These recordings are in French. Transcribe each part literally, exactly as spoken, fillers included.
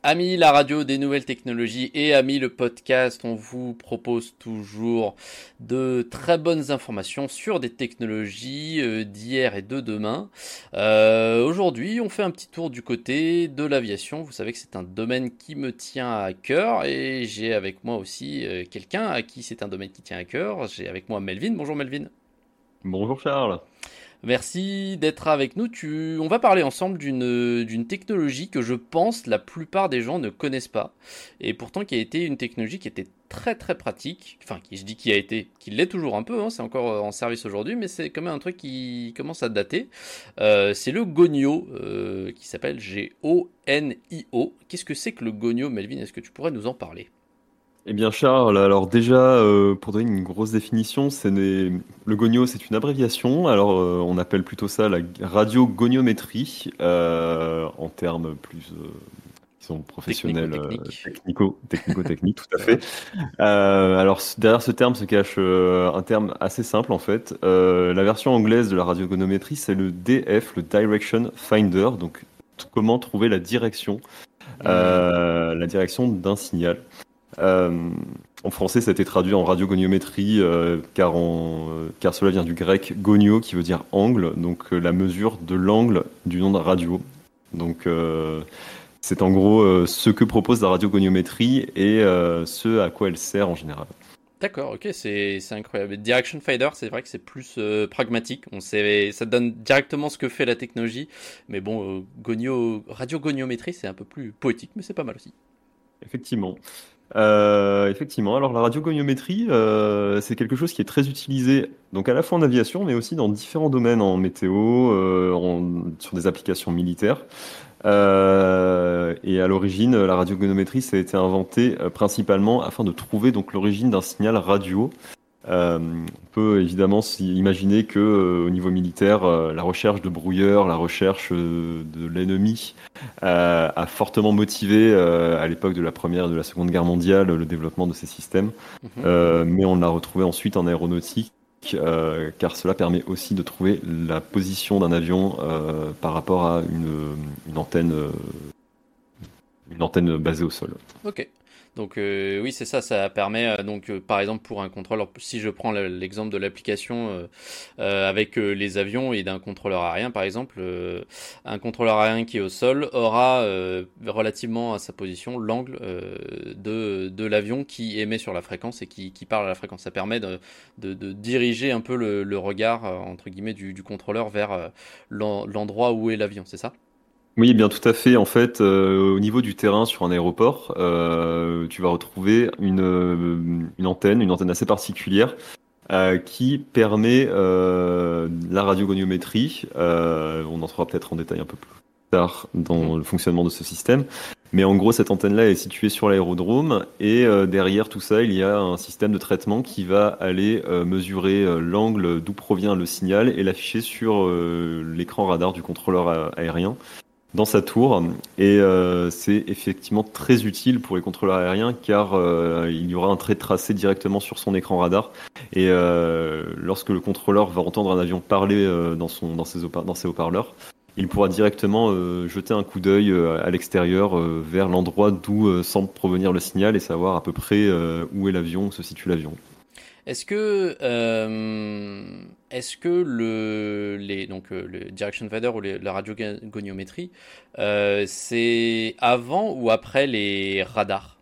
Amis la radio des nouvelles technologies et amis le podcast, on vous propose toujours de très bonnes informations sur des technologies euh, d'hier et de demain. Euh, aujourd'hui, on fait un petit tour du côté de l'aviation. Vous savez que c'est un domaine qui me tient à cœur et j'ai avec moi aussi euh, quelqu'un à qui c'est un domaine qui tient à cœur. J'ai avec moi Melvin. Bonjour Melvin. Bonjour Charles. Merci d'être avec nous. Tu... On va parler ensemble d'une d'une technologie que je pense la plupart des gens ne connaissent pas, et pourtant qui a été une technologie qui était très très pratique. Enfin, qui je dis qui a été, qui l'est toujours un peu. Hein, c'est encore euh, en service aujourd'hui, mais c'est quand même un truc qui commence à dater. Euh, c'est le Gonio, euh, qui s'appelle G O N I O. Qu'est-ce que c'est que le Gonio, Melvin? Est-ce que tu pourrais nous en parler? Eh bien Charles, alors déjà euh, pour donner une grosse définition, c'est né- le gonio c'est une abréviation. Alors euh, on appelle plutôt ça la radiogoniométrie euh, en termes plus euh, qui sont professionnels, euh, Technico-technique. technico, technico-techniques, tout à Ça fait. marche. Euh, alors c- derrière ce terme se cache euh, un terme assez simple en fait. Euh, la version anglaise de la radiogonométrie c'est le D F, le Direction Finder, donc t- comment trouver la direction, Hmm. euh, la direction d'un signal. Euh, En français, ça a été traduit en radiogoniométrie, euh, car, en- euh, car cela vient du grec gonio, qui veut dire angle, donc euh, la mesure de l'angle d'une onde radio. Donc, euh, c'est en gros euh, ce que propose la radiogoniométrie et euh, ce à quoi elle sert en général. D'accord, ok, c'est c'est incroyable. Direction Finder, c'est vrai que c'est plus euh, pragmatique. On sait, ça donne directement ce que fait la technologie. Mais bon, euh, gonio, radiogoniométrie, c'est un peu plus poétique, mais c'est pas mal aussi. Effectivement. Euh, effectivement. Alors, la radiogoniométrie, euh, c'est quelque chose qui est très utilisé, donc à la fois en aviation, mais aussi dans différents domaines, en météo, euh, en- sur des applications militaires. Euh, et à l'origine, la radiogonométrie, ça a été inventé euh, principalement afin de trouver donc l'origine d'un signal radio. Euh, on peut évidemment s'imaginer que euh, au niveau militaire, euh, la recherche de brouilleurs, la recherche euh, de l'ennemi euh, a fortement motivé euh, à l'époque de la Première et de la Seconde Guerre mondiale le développement de ces systèmes. Mhm. Euh, mais on l'a retrouvé ensuite en aéronautique. Euh, car cela permet aussi de trouver la position d'un avion euh, par rapport à une, une antenne, euh, une antenne basée au sol. Ok. Donc euh, oui, c'est ça, ça permet euh, donc euh, par exemple pour un contrôleur, si je prends le- l'exemple de l'application euh, euh, avec euh, les avions et d'un contrôleur aérien par exemple, euh, un contrôleur aérien qui est au sol aura euh, relativement à sa position l'angle euh, de, de l'avion qui émet sur la fréquence et qui, qui parle à la fréquence. Ça permet de, de, de diriger un peu le, le regard euh, entre guillemets du, du contrôleur vers euh, l'en- l'endroit où est l'avion, c'est ça? Oui, eh bien tout à fait. En fait, euh, au niveau du terrain sur un aéroport, euh, tu vas retrouver une, euh, une antenne, une antenne assez particulière euh, qui permet euh, la radiogoniométrie. Euh, on entrera peut-être en détail un peu plus tard Mhm. dans le fonctionnement de ce système. Mais en gros, cette antenne-là est située sur l'aérodrome et euh, derrière tout ça, il y a un système de traitement qui va aller euh, mesurer euh, l'angle d'où provient le signal et l'afficher sur euh, l'écran radar du contrôleur a- aérien dans sa tour. Et euh, c'est effectivement très utile pour les contrôleurs aériens car euh, il y aura un trait tracé directement sur son écran radar. Et euh, lorsque le contrôleur va entendre un avion parler euh, dans, son, dans, ses haut- dans ses haut-parleurs, il pourra directement euh, jeter un coup d'œil euh, à l'extérieur euh, vers l'endroit d'où euh, semble provenir le signal et savoir à peu près euh, où est l'avion, où se situe l'avion. Est-ce que, euh, est-ce que le, les, donc, euh, le Direction Fader ou les- la radiogoniométrie, euh, c'est avant ou après les radars?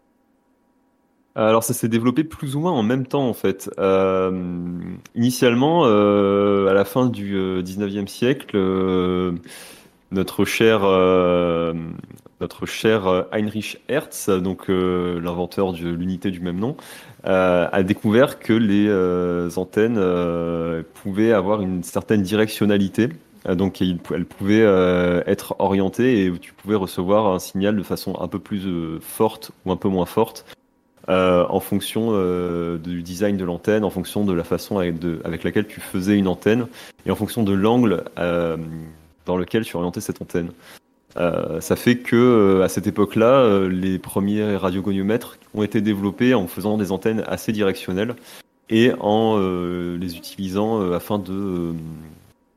Alors ça s'est développé plus ou moins en même temps en fait. Euh, initialement, euh, à la fin du euh, dix-neuvième siècle, euh, notre cher, euh, notre cher euh, Heinrich Hertz, donc euh, l'inventeur de l'unité du même nom, euh, a découvert que les euh, antennes euh, pouvaient avoir une certaine directionnalité. Euh, Donc, il- elles pouvaient euh, être orientées et tu pouvais recevoir un signal de façon un peu plus euh, forte ou un peu moins forte euh, en fonction euh, du design de l'antenne, en fonction de la façon avec, de- avec laquelle tu faisais une antenne et en fonction de l'angle euh, dans lequel tu orientais cette antenne. Euh, ça fait que euh, à cette époque-là, euh, les premiers radiogoniomètres ont été développés en faisant des antennes assez directionnelles et en euh, les utilisant euh, afin de, euh,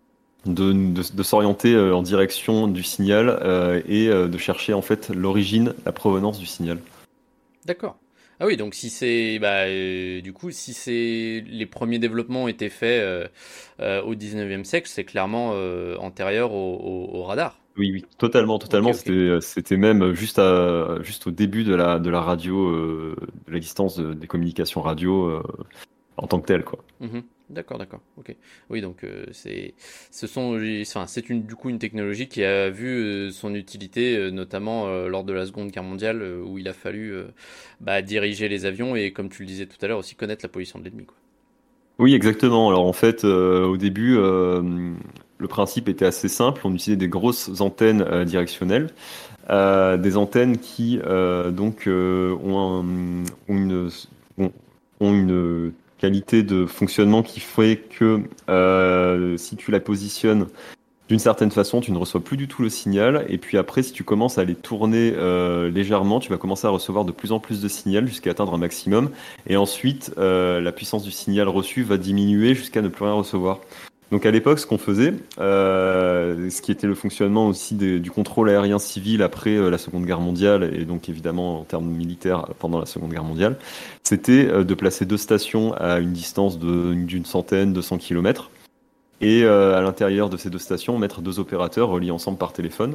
de, de, de s'orienter euh, en direction du signal euh, et euh, de chercher en fait l'origine, la provenance du signal. D'accord. Ah oui, donc si c'est, bah, euh, du coup, si c'est les premiers développements ont été faits euh, euh, au dix-neuvième siècle, c'est clairement euh, antérieur au, au- au radar. Oui, oui, totalement, Ok, totalement. ok. C'était, c'était même juste à, juste au début de la, de la radio, euh, de l'existence de- des communications radio euh, en tant que telles, quoi. Mhm. D'accord, d'accord. Ok. Oui, donc euh, c'est, ce sont, enfin, c'est une, du coup une technologie qui a vu euh, son utilité, euh, notamment euh, lors de la Seconde Guerre mondiale, euh, où il a fallu euh, bah, diriger les avions et, comme tu le disais tout à l'heure, aussi connaître la position de l'ennemi, quoi. Oui, exactement. Alors en fait, euh, au début, euh, le principe était assez simple. On utilisait des grosses antennes euh, directionnelles, euh, des antennes qui euh, donc euh, ont, un- ont une, ont, ont une qualité de fonctionnement qui fait que euh, si tu la positionnes d'une certaine façon, tu ne reçois plus du tout le signal. Et puis après, si tu commences à les tourner euh, légèrement, tu vas commencer à recevoir de plus en plus de signal jusqu'à atteindre un maximum. Et ensuite, euh, la puissance du signal reçu va diminuer jusqu'à ne plus rien recevoir. Donc à l'époque, ce qu'on faisait, euh, ce qui était le fonctionnement aussi des- du contrôle aérien civil après euh, la Seconde Guerre mondiale, et donc évidemment en termes militaires pendant la Seconde Guerre mondiale, c'était euh, de placer deux stations à une distance de- d'une centaine, deux cents kilomètres et euh, à l'intérieur de ces deux stations, mettre deux opérateurs reliés ensemble par téléphone.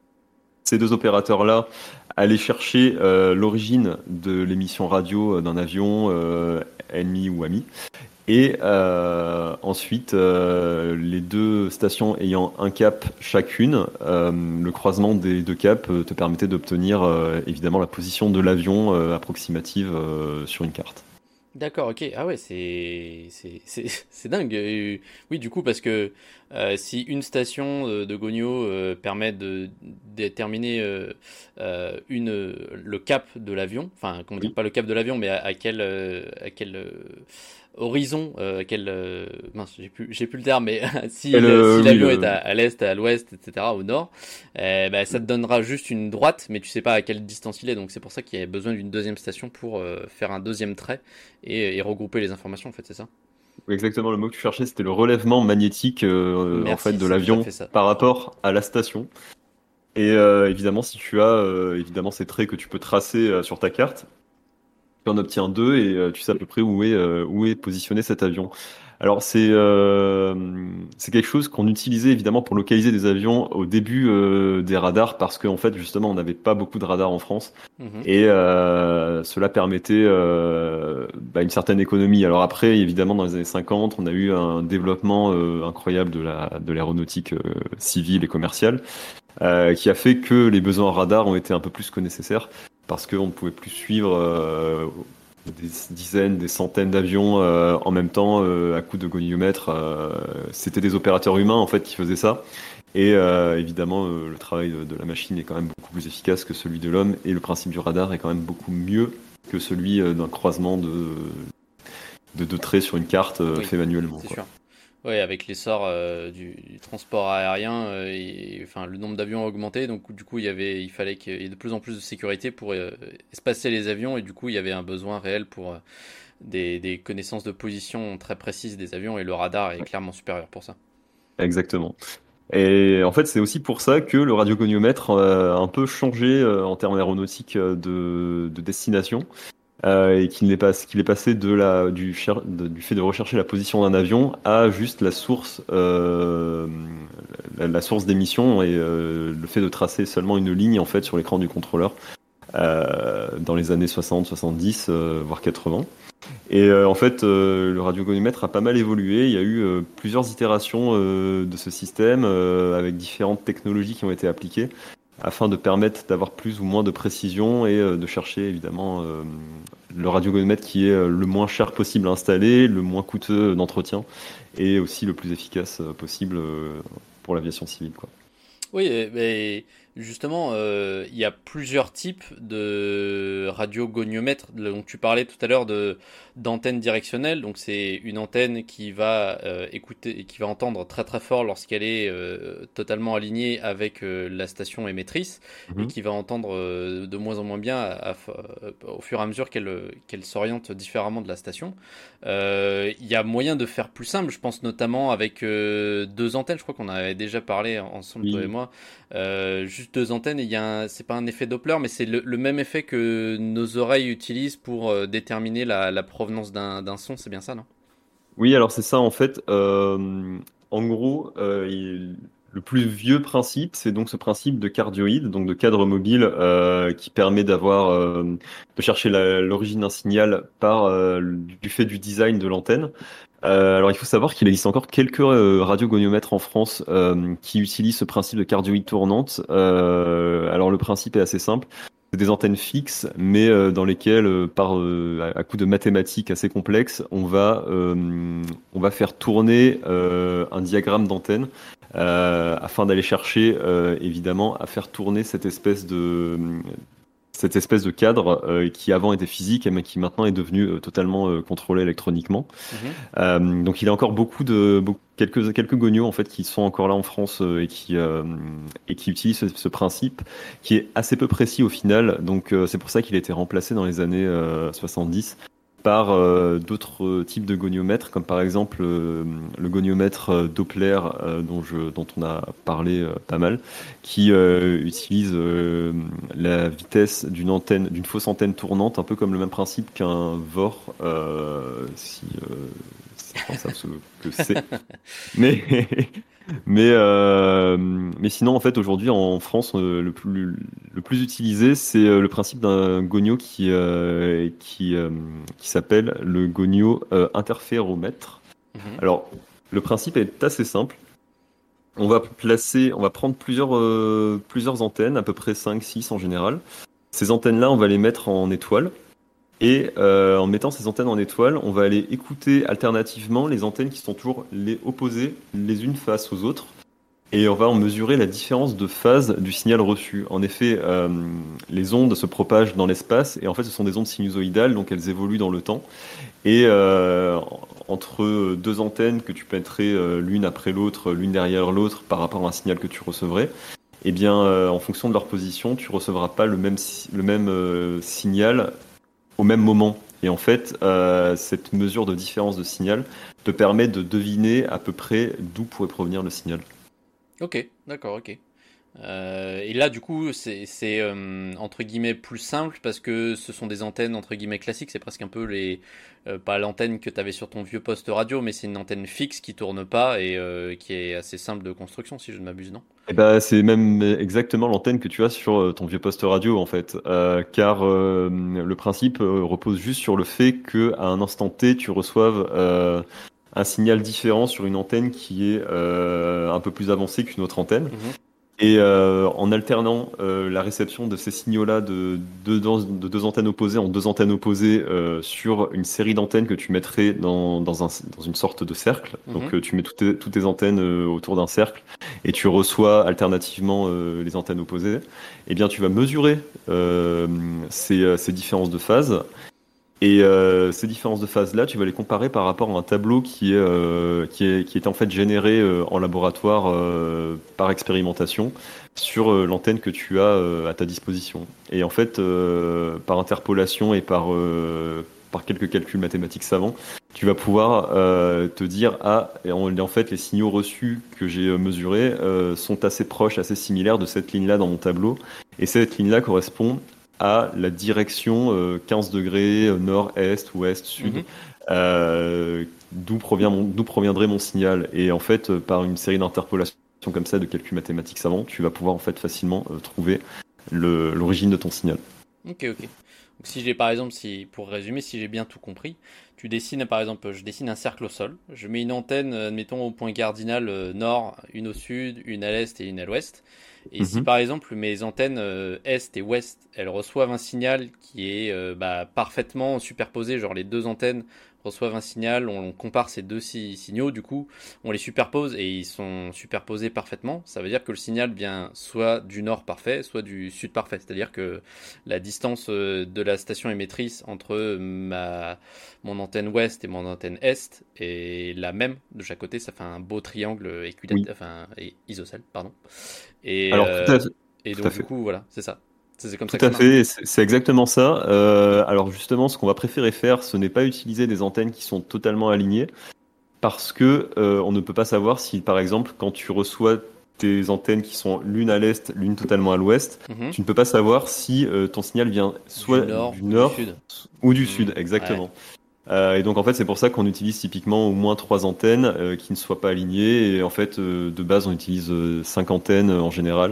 Ces deux opérateurs-là allaient chercher euh, l'origine de l'émission radio euh, d'un avion euh, ennemi ou ami. Et euh, ensuite, euh, les deux stations ayant un cap chacune, euh, le croisement des deux caps euh, te permettait d'obtenir euh, évidemment la position de l'avion euh, approximative euh, sur une carte. D'accord, ok. Ah ouais, c'est c'est c'est c'est dingue. Euh, oui, du coup, parce que euh, si une station euh, de Gogno euh, permet de déterminer euh, euh, une le cap de l'avion, enfin, comment dire, Oui. pas le cap de l'avion, mais à, à quel euh, à quel euh, horizon, euh, à quel euh, mince, j'ai plus j'ai plus le terme, mais si Et le- le, si oui, l'avion est le, à, à l'est, à l'ouest, et cetera, au nord, euh, bah, ça te donnera juste une droite, mais tu sais pas à quelle distance il est. Donc c'est pour ça qu'il y a besoin d'une deuxième station pour euh, faire un deuxième trait et, et regrouper les informations, en fait, c'est ça? exactement le mot que tu cherchais, c'était le relèvement magnétique euh, en fait Merci, de c'est tout à l'avion fait ça. par rapport à la station. Et euh, évidemment, si tu as euh, évidemment ces traits que tu peux tracer euh, sur ta carte, tu en obtiens deux et euh, tu sais à peu près où est euh, où est positionné cet avion. Alors c'est euh, c'est quelque chose qu'on utilisait évidemment pour localiser des avions au début euh, des radars parce qu'en fait justement on n'avait pas beaucoup de radars en France. Mhm. Et euh, cela permettait euh, bah, une certaine économie. Alors après, évidemment, dans les années cinquante, on a eu un développement euh, incroyable de la de l'aéronautique euh, civile et commerciale, euh, qui a fait que les besoins en radar ont été un peu plus que nécessaires, parce qu'on ne pouvait plus suivre euh, des dizaines, des centaines d'avions euh, en même temps euh, à coup de goniomètre. Euh, c'était des opérateurs humains en fait qui faisaient ça. Et euh, évidemment, euh, le travail de, de la machine est quand même beaucoup plus efficace que celui de l'homme, et le principe du radar est quand même beaucoup mieux que celui euh, d'un croisement de, de deux traits sur une carte euh, Oui, fait manuellement, c'est quoi. sûr. Ouais, avec l'essor euh, du, du transport aérien, euh, et, enfin, le nombre d'avions a augmenté, donc du coup, il y avait, il fallait qu'il y ait de plus en plus de sécurité pour euh, espacer les avions, et du coup, il y avait un besoin réel pour euh, des, des connaissances de position très précises des avions, et le radar est clairement supérieur pour ça. Exactement. Et en fait, c'est aussi pour ça que le radiogoniomètre euh, a un peu changé euh, en termes aéronautiques euh, de, de destination. Euh, et qu'il est, pas, qu'il est passé de la, du, cher- de- du fait de rechercher la position d'un avion à juste la source, euh, la, la source d'émission, et euh, le fait de tracer seulement une ligne en fait sur l'écran du contrôleur euh, dans les années soixante, soixante-dix, euh, voire quatre-vingts. Et euh, en fait, euh, le radiogonomètre a pas mal évolué. Il y a eu euh, plusieurs itérations euh, de ce système euh, avec différentes technologies qui ont été appliquées afin de permettre d'avoir plus ou moins de précision et euh, de chercher évidemment euh, le radiogonomètre qui est euh, le moins cher possible à installer, le moins coûteux d'entretien et aussi le plus efficace euh, possible euh, pour l'aviation civile, quoi. Oui, euh, mais justement, euh, il y a plusieurs types de radiogoniomètres. Donc tu parlais tout à l'heure de d'antenne directionnelle. Donc c'est une antenne qui va euh, écouter et qui va entendre très très fort lorsqu'elle est euh, totalement alignée avec euh, la station émettrice et Mhm. qui va entendre euh, de moins en moins bien à- à- au fur et à mesure qu'elle qu'elle s'oriente différemment de la station. Euh, Il y a moyen de faire plus simple. Je pense notamment avec euh, deux antennes. Je crois qu'on en avait déjà parlé ensemble toi et Oui. moi. Euh, juste deux antennes, et il y a un- c'est pas un effet Doppler, mais c'est le, le même effet que nos oreilles utilisent pour euh, déterminer la, la provenance d'un d'un son, c'est bien ça, non? Oui, alors c'est ça en fait. Euh, en gros, euh, il- le plus vieux principe, c'est donc ce principe de cardioïde, donc de cadre mobile, euh, qui permet d'avoir, euh, de chercher la- l'origine d'un signal par euh, du fait du design de l'antenne. Euh, alors il faut savoir qu'il existe encore quelques euh, radiogoniomètres en France euh, qui utilisent ce principe de cardioïde tournante. Euh, alors le principe est assez simple. C'est des antennes fixes, mais euh, dans lesquelles, euh, par euh, à à coup de mathématiques assez complexes, on va euh, on va faire tourner euh, un diagramme d'antenne euh, afin d'aller chercher euh, évidemment à faire tourner cette espèce de cette espèce de cadre euh, qui avant était physique mais qui maintenant est devenu euh, totalement euh, contrôlé électroniquement. Mhm. Euh, donc il y a encore beaucoup de beaucoup- quelques quelques gonios en fait qui sont encore là en France euh, et qui euh, et qui utilisent ce, ce principe qui est assez peu précis au final. Donc euh, c'est pour ça qu'il a été remplacé dans les années euh, soixante-dix par euh, d'autres types de goniomètres comme par exemple euh, le goniomètre euh, Doppler euh, dont je dont on a parlé euh, pas mal qui euh, utilise euh, la vitesse d'une antenne d'une fausse antenne tournante un peu comme le même principe qu'un V O R euh, si euh, certains savent ce que c'est. Mais, mais, euh, mais sinon, en fait, aujourd'hui, en France, euh, le plus, le plus utilisé, c'est euh, le principe d'un gonio qui, euh, qui, euh, qui s'appelle le gonio euh, interféromètre. Mhm. Alors, le principe est assez simple. On va placer, on va prendre plusieurs, euh, plusieurs antennes, à peu près cinq six en général. Ces antennes-là, on va les mettre en étoile. Et euh, en mettant ces antennes en étoile, on va aller écouter alternativement les antennes qui sont toujours les opposées les unes face aux autres. Et on va en mesurer la différence de phase du signal reçu. En effet, euh, les ondes se propagent dans l'espace et en fait ce sont des ondes sinusoïdales, donc elles évoluent dans le temps. Et euh, entre deux antennes que tu mettrais euh, l'une après l'autre, l'une derrière l'autre par rapport à un signal que tu recevrais, eh bien euh, en fonction de leur position, tu recevras pas le même, si- le même euh, signal au même moment. Et en fait, euh, cette mesure de différence de signal te permet de deviner à peu près d'où pourrait provenir le signal. Ok, d'accord, ok. Euh, et là, du coup, c'est c'est, euh, entre guillemets plus simple parce que ce sont des antennes entre guillemets classiques. C'est presque un peu les, euh, pas l'antenne que tu avais sur ton vieux poste radio, mais c'est une antenne fixe qui tourne pas et euh, qui est assez simple de construction, si je ne m'abuse, non? Et ben, c'est même exactement l'antenne que tu as sur euh, ton vieux poste radio en fait, Euh, car euh, le principe euh, repose juste sur le fait que à un instant T, tu reçoives euh, un signal différent sur une antenne qui est euh, un peu plus avancée qu'une autre antenne. Mhm. Et euh, en alternant euh, la réception de ces signaux-là de, de, dans- de deux antennes opposées en deux antennes opposées euh, sur une série d'antennes que tu mettrais dans, dans, un, dans une sorte de cercle. Donc Mhm. euh, tu mets toutes tes, toutes tes antennes euh, autour d'un cercle et tu reçois alternativement euh, les antennes opposées. Eh bien tu vas mesurer euh, ces, euh, ces différences de phase et euh, ces différences de phase-là, tu vas les comparer par rapport à un tableau qui est, euh, qui est, qui est en fait généré euh, en laboratoire euh, par expérimentation sur euh, l'antenne que tu as euh, à ta disposition. Et en fait, euh, par interpolation et par, euh, par quelques calculs mathématiques savants, tu vas pouvoir euh, te dire, ah, et en, en fait, les signaux reçus que j'ai euh, mesurés euh, sont assez proches, assez similaires de cette ligne-là dans mon tableau. Et cette ligne-là correspond à la direction euh, quinze degrés euh, nord, est, ouest, sud, Mhm. euh, d'où provient mon, d'où proviendrait mon signal. Et en fait, euh, par une série d'interpolations comme ça, de calculs mathématiques savants, tu vas pouvoir en fait facilement euh, trouver le- l'origine de ton signal. Ok, ok. Donc si j'ai par exemple, si pour résumer, si j'ai bien tout compris, tu dessines par exemple, je dessine un cercle au sol, je mets une antenne, euh, admettons au point cardinal euh, nord, une au sud, une à l'est et une à l'ouest. Et si Mhm. par exemple mes antennes euh, est et ouest, elles reçoivent un signal qui est euh, bah, parfaitement superposé, genre les deux antennes reçoivent un signal, on, on compare ces deux si, signaux, du coup, on les superpose et ils sont superposés parfaitement. Ça veut dire que le signal vient soit du nord parfait, soit du sud parfait. C'est-à-dire que la distance euh, de la station émettrice entre ma, mon antenne ouest et mon antenne est est la même de chaque côté. Ça fait un beau triangle équilatéral, Oui. enfin isocèle, pardon. Et, Alors tout euh, à fait, et tout à donc du fait. coup, voilà, c'est ça. C'est c'est comme Tout ça que ça à marche. fait, c'est c'est exactement ça. Euh, alors justement, ce qu'on va préférer faire, ce n'est pas utiliser des antennes qui sont totalement alignées, parce que euh, on ne peut pas savoir si, par exemple, quand tu reçois des antennes qui sont l'une à l'est, l'une totalement à l'ouest, Mhm. tu ne peux pas savoir si euh, ton signal vient Du soit nord du ou du nord sud. ou du Hmm, sud, ouais, exactement. Euh, et donc en fait, c'est pour ça qu'on utilise typiquement au moins trois antennes euh, qui ne soient pas alignées. Et en fait, euh, de base, on utilise euh, cinq antennes euh, en général,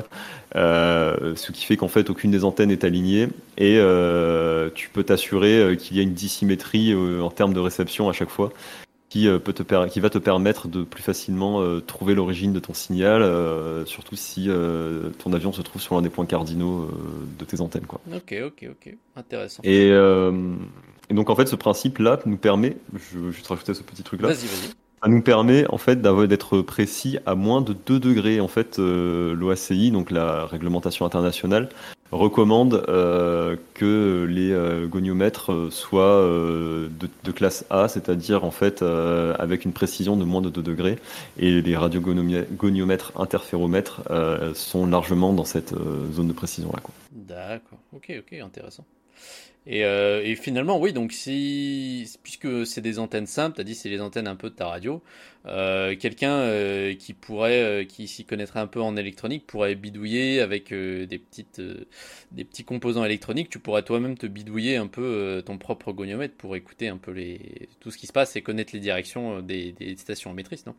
Euh, ce qui fait qu'en fait, aucune des antennes est alignée. Et euh, tu peux t'assurer euh, qu'il y a une dissymétrie euh, en termes de réception à chaque fois, qui euh, peut te per- qui va te permettre de plus facilement euh, trouver l'origine de ton signal, euh, surtout si euh, ton avion se trouve sur l'un des points cardinaux euh, de tes antennes, quoi. ok, ok, ok, intéressant. Et, euh, et donc en fait, ce principe-là nous permet, je vais juste rajouter ce petit truc-là, Vas-y, vas-y. ça nous permet en fait d'avoir- d'être précis à moins de deux degrés. En fait, euh, l'O A C I, donc la réglementation internationale, recommande euh, que les euh, goniomètres euh, soient euh, de, de classe A, c'est-à-dire en fait euh, avec une précision de moins de deux degrés. Et les radiogoniomètres interféromètres euh, sont largement dans cette euh, zone de précision-là, quoi. D'accord, ok, ok, intéressant. Et, euh, et finalement, oui, donc si, puisque c'est des antennes simples, t'as dit c'est les antennes un peu de ta radio, euh, quelqu'un euh, qui pourrait, euh, qui s'y connaîtrait un peu en électronique, pourrait bidouiller avec euh, des petites, euh, des petits composants électroniques. Tu pourrais toi-même te bidouiller un peu euh, ton propre goniomètre pour écouter un peu les, tout ce qui se passe et connaître les directions euh, des, des stations émettrices, non?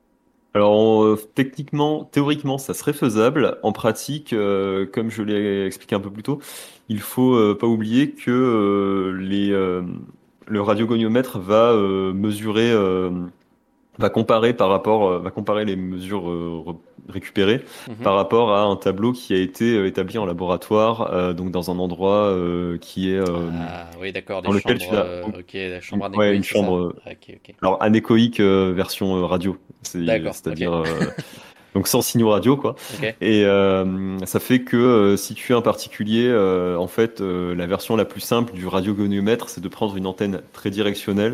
Alors, euh, techniquement, théoriquement, ça serait faisable. En pratique, euh, comme je l'ai expliqué un peu plus tôt, il faut euh, pas oublier que euh, les, euh, le radiogoniomètre va euh, mesurer, euh, va comparer par rapport, euh, va comparer les mesures euh, re- récupérées Mhm. par rapport à un tableau qui a été euh, établi en laboratoire, euh, donc dans un endroit euh, qui est euh, Ah oui, d'accord, des dans lequel chambres, tu as euh, ok, la une, chambre ouais, anéchoïque, une c'est ça? chambre. Ah, ok, ok. Alors anéchoïque euh, version euh, radio, c'est, D'accord, c'est-à-dire ok. euh, donc sans signaux radio, quoi. Ok. Et euh, ça fait que euh, si tu es un particulier, euh, en fait, euh, la version la plus simple du radiogoniomètre, c'est de prendre une antenne très directionnelle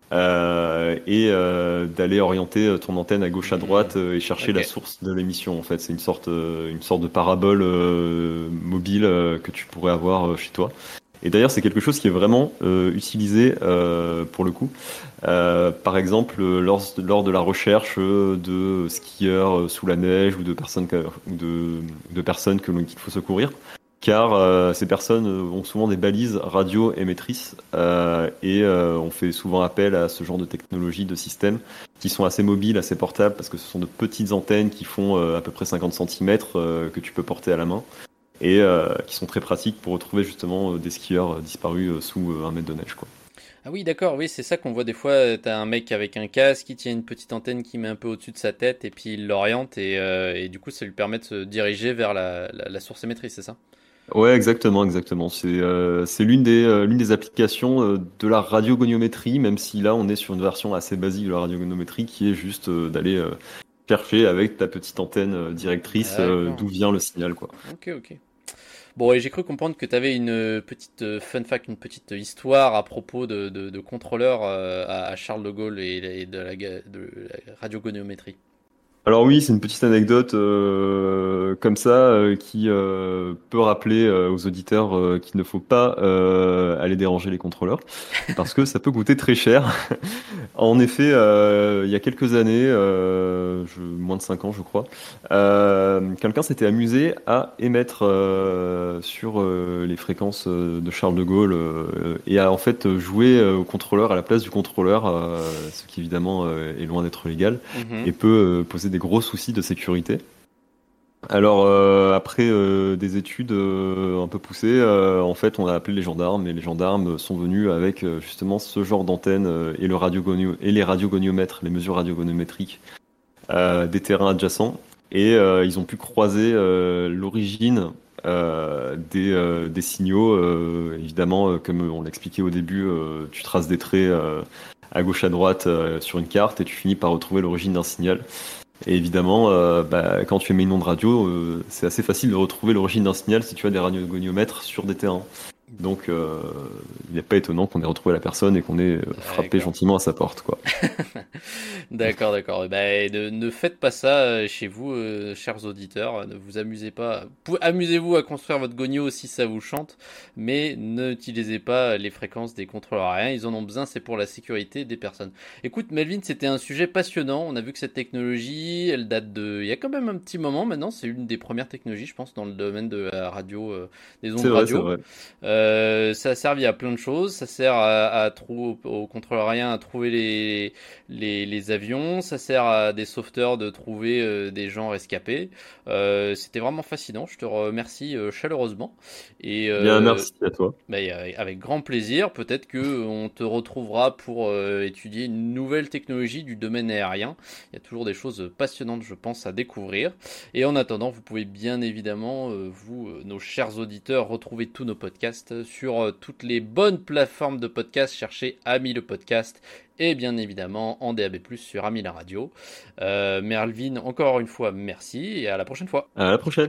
euh, et euh, d'aller orienter ton antenne à gauche à Hmm, droite euh, et chercher ok. la source de l'émission. En fait, c'est une sorte, euh, une sorte de parabole euh, mobile euh, que tu pourrais avoir euh, chez toi. Et d'ailleurs, c'est quelque chose qui est vraiment euh, utilisé euh, pour le coup. Euh, par exemple, euh, lors, lors de la recherche euh, de skieurs euh, sous la neige ou de personnes, que- ou de, de personnes que l'on- qu'il faut secourir, car euh, ces personnes euh, ont souvent des balises radio émettrices euh, et euh, on fait souvent appel à ce genre de technologie, de systèmes qui sont assez mobiles, assez portables, parce que ce sont de petites antennes qui font euh, à peu près cinquante centimètres euh, que tu peux porter à la main et euh, qui sont très pratiques pour retrouver justement euh, des skieurs euh, disparus euh, sous euh, un mètre de neige, quoi. Ah oui, d'accord, oui, c'est ça qu'on voit des fois. euh, T'as un mec avec un casque qui tient une petite antenne qui met un peu au-dessus de sa tête et puis il l'oriente et, euh, et du coup ça lui permet de se diriger vers la, la, la source émettrice, c'est ça? Ouais, exactement, exactement. C'est euh, c'est l'une des euh, l'une des applications euh, de la radiogoniométrie, même si là on est sur une version assez basique de la radiogoniométrie, qui est juste euh, d'aller euh, chercher avec ta petite antenne euh, directrice euh, D'accord. d'où vient le signal, quoi. Ok, ok. Bon, et j'ai cru comprendre que tu avais une euh, petite euh, fun fact, une petite histoire à propos de, de, de contrôleurs euh, à, à Charles de Gaulle et, et de la, ga- de la radiogoniométrie. Alors oui, c'est une petite anecdote euh, comme ça euh, qui euh, peut rappeler euh, aux auditeurs euh, qu'il ne faut pas euh, aller déranger les contrôleurs parce que ça peut coûter très cher. En effet, euh, il y a quelques années, euh, je- moins de cinq ans je crois, euh, quelqu'un s'était amusé à émettre euh, sur euh, les fréquences euh, de Charles de Gaulle euh, et à en fait jouer euh, au contrôleur à la place du contrôleur, euh, ce qui évidemment euh, est loin d'être légal et Mhm. peut euh, poser des gros soucis de sécurité. Alors euh, après euh, des études euh, un peu poussées, euh, en fait on a appelé les gendarmes et les gendarmes sont venus avec euh, justement ce genre d'antenne euh, et le radiogonio et les radiogoniomètres, les mesures radiogoniométriques euh, des terrains adjacents et euh, ils ont pu croiser euh, l'origine euh, des, euh, des signaux. Euh, évidemment, euh, comme on l'expliquait au début, euh, tu traces des traits. Euh, à gauche à droite euh, sur une carte et tu finis par retrouver l'origine d'un signal. Et évidemment, euh, bah, quand tu émets une onde radio, euh, c'est assez facile de retrouver l'origine d'un signal si tu as des radiogoniomètres sur des terrains. Donc, euh, il n'est pas étonnant qu'on ait retrouvé la personne et qu'on ait euh, frappé D'accord. gentiment à sa porte, quoi. D'accord, d'accord. Eh ben, ne, ne faites pas ça euh, chez vous, euh, chers auditeurs. Ne vous amusez pas. Pou- Amusez-vous à construire votre gogno si ça vous chante, mais n'utilisez pas les fréquences des contrôleurs aériens. Ils en ont besoin, c'est pour la sécurité des personnes. Écoute, Melvin, c'était un sujet passionnant. On a vu que cette technologie, elle date de, il y a quand même un petit moment maintenant. C'est une des premières technologies, je pense, dans le domaine de la radio, euh, des ondes C'est vrai, c'est radio. vrai. Euh, ça a servi à plein de choses. Ça sert à, à trou- aux contrôleurs aériens à trouver les, les, les avions. Ça sert à des sauveteurs de trouver euh, des gens rescapés. Euh, c'était vraiment fascinant. Je te remercie euh, chaleureusement. Et Bien, euh, merci à toi. bah, avec grand plaisir. Peut-être que on te retrouvera pour euh, étudier une nouvelle technologie du domaine aérien. Il y a toujours des choses passionnantes, je pense, à découvrir. Et en attendant, vous pouvez bien évidemment, euh, vous, euh, nos chers auditeurs, retrouver tous nos podcasts sur euh, toutes les bonnes plateformes de podcasts. Cherchez Ami le podcast et bien évidemment en D A B plus, sur Ami la radio. Euh, Melvin, encore une fois, merci et à la prochaine fois. À la prochaine.